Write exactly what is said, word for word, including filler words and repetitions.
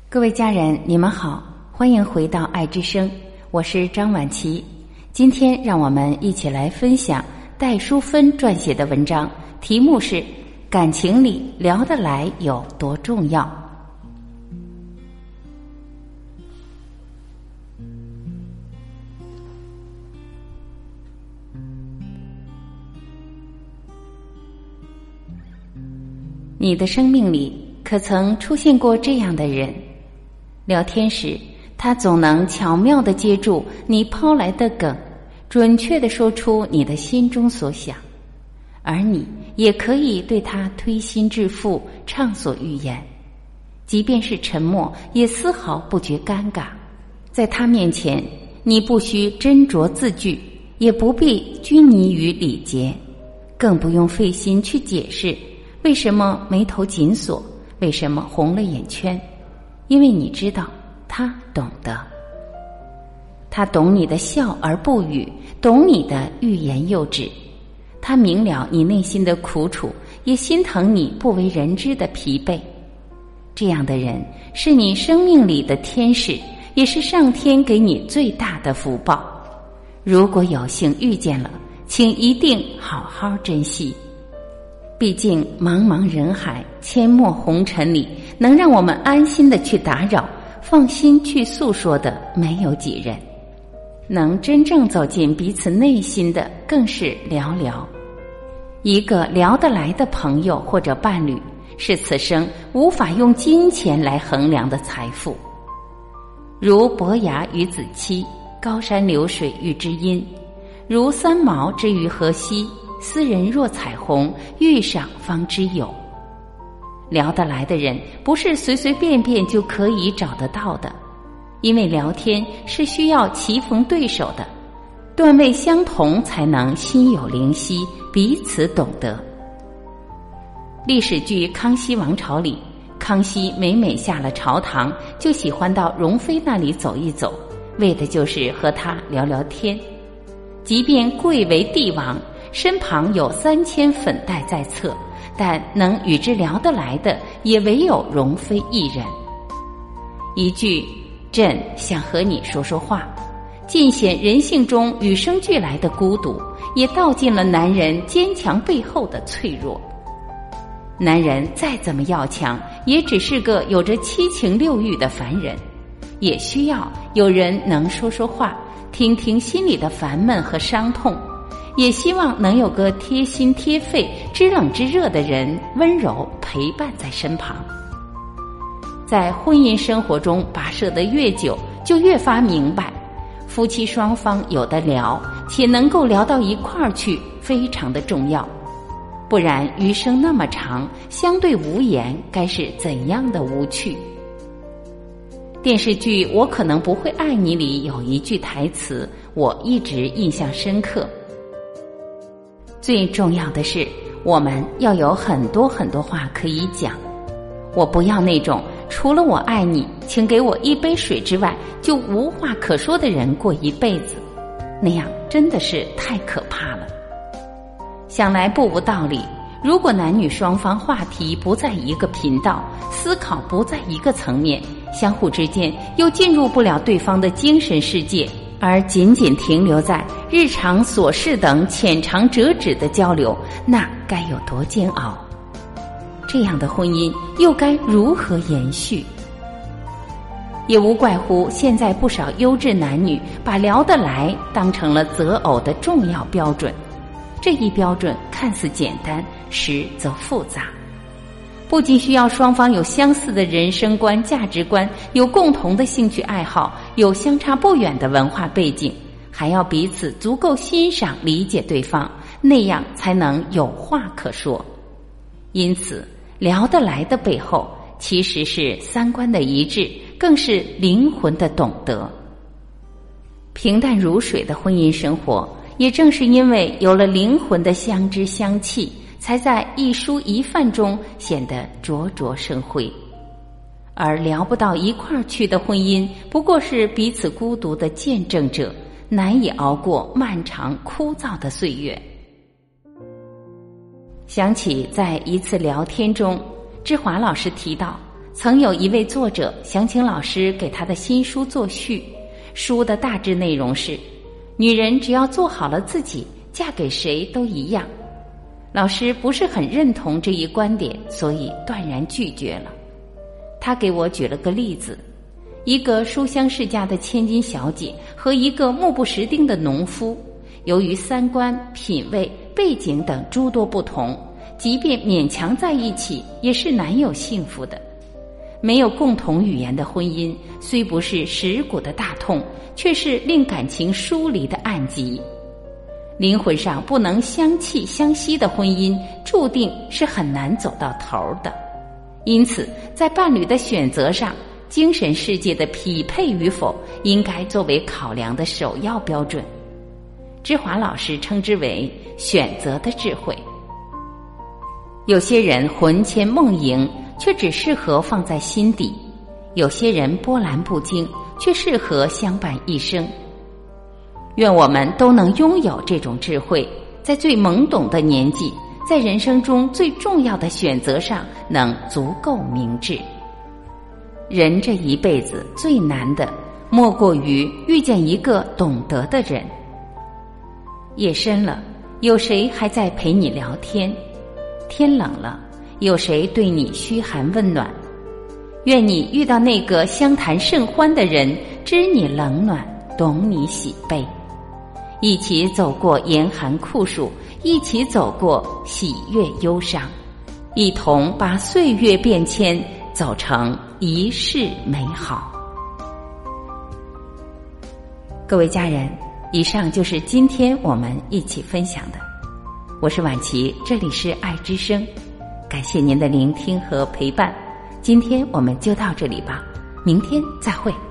各位家人，你们好，欢迎回到爱之声，我是张婉琪。今天让我们一起来分享戴淑芬撰写的文章，题目是感情里聊得来有多重要。你的生命里可曾出现过这样的人？聊天时，他总能巧妙地接住你抛来的梗，准确地说出你的心中所想，而你也可以对他推心置腹，畅所欲言，即便是沉默，也丝毫不觉尴尬。在他面前，你不需斟酌字句，也不必拘泥于礼节，更不用费心去解释为什么眉头紧锁，为什么红了眼圈，因为你知道他懂得。他懂你的笑而不语，懂你的欲言又止，他明了你内心的苦楚，也心疼你不为人知的疲惫。这样的人是你生命里的天使，也是上天给你最大的福报。如果有幸遇见了，请一定好好珍惜。毕竟茫茫人海，阡陌红尘里，能让我们安心的去打扰，放心去诉说的没有几人，能真正走进彼此内心的更是寥寥。一个聊得来的朋友或者伴侣，是此生无法用金钱来衡量的财富。如伯牙与子期，高山流水遇知音；如三毛之于河西，斯人若彩虹，遇上方知有。聊得来的人不是随随便便就可以找得到的，因为聊天是需要棋逢对手的，段位相同才能心有灵犀，彼此懂得。历史剧《康熙王朝》里，康熙每每下了朝堂，就喜欢到容妃那里走一走，为的就是和她聊聊天。即便贵为帝王，身旁有三千粉黛在侧，但能与之聊得来的也唯有容妃一人。一句朕想和你说说话，尽显人性中与生俱来的孤独，也道尽了男人坚强背后的脆弱。男人再怎么要强，也只是个有着七情六欲的凡人，也需要有人能说说话，听听心里的烦闷和伤痛，也希望能有个贴心贴肺、知冷知热的人温柔陪伴在身旁。在婚姻生活中跋涉得越久，就越发明白，夫妻双方有得聊，且能够聊到一块儿去，非常的重要。不然余生那么长，相对无言该是怎样的无趣。电视剧《我可能不会爱你》里有一句台词，我一直印象深刻。最重要的是，我们要有很多很多话可以讲。我不要那种除了我爱你，请给我一杯水之外就无话可说的人过一辈子，那样真的是太可怕了。想来不无道理，如果男女双方话题不在一个频道，思考不在一个层面，相互之间又进入不了对方的精神世界，而仅仅停留在日常琐事等浅尝辄止的交流，那该有多煎熬。这样的婚姻又该如何延续？也无怪乎现在不少优质男女把聊得来当成了择偶的重要标准。这一标准看似简单，实则复杂。不仅需要双方有相似的人生观、价值观，有共同的兴趣爱好，有相差不远的文化背景，还要彼此足够欣赏、理解对方，那样才能有话可说。因此，聊得来的背后，其实是三观的一致，更是灵魂的懂得。平淡如水的婚姻生活，也正是因为有了灵魂的相知相契，才在一蔬一饭中显得灼灼生辉。而聊不到一块儿去的婚姻，不过是彼此孤独的见证者，难以熬过漫长枯燥的岁月。想起在一次聊天中，芝华老师提到， 曾有一位作者想请老师给他的新书作序，书的大致内容是：女人只要做好了自己，嫁给谁都一样。老师不是很认同这一观点，所以断然拒绝了。他给我举了个例子，一个书香世家的千金小姐和一个目不识丁的农夫，由于三观、品味、背景等诸多不同，即便勉强在一起，也是难有幸福的。没有共同语言的婚姻，虽不是蚀骨的大痛，却是令感情疏离的暗疾。灵魂上不能相契相惜的婚姻，注定是很难走到头的。因此，在伴侣的选择上，精神世界的匹配与否，应该作为考量的首要标准。芝华老师称之为选择的智慧。有些人魂牵梦萦，却只适合放在心底；有些人波澜不惊，却适合相伴一生。愿我们都能拥有这种智慧，在最懵懂的年纪，在人生中最重要的选择上能足够明智。人这一辈子最难的，莫过于遇见一个懂得的人。夜深了，有谁还在陪你聊天？天冷了，有谁对你嘘寒问暖？愿你遇到那个相谈甚欢的人，知你冷暖，懂你喜悲，一起走过严寒酷暑，一起走过喜悦忧伤，一同把岁月变迁走成一世美好。各位家人，以上就是今天我们一起分享的。我是婉琪，这里是爱之声，感谢您的聆听和陪伴。今天我们就到这里吧，明天再会。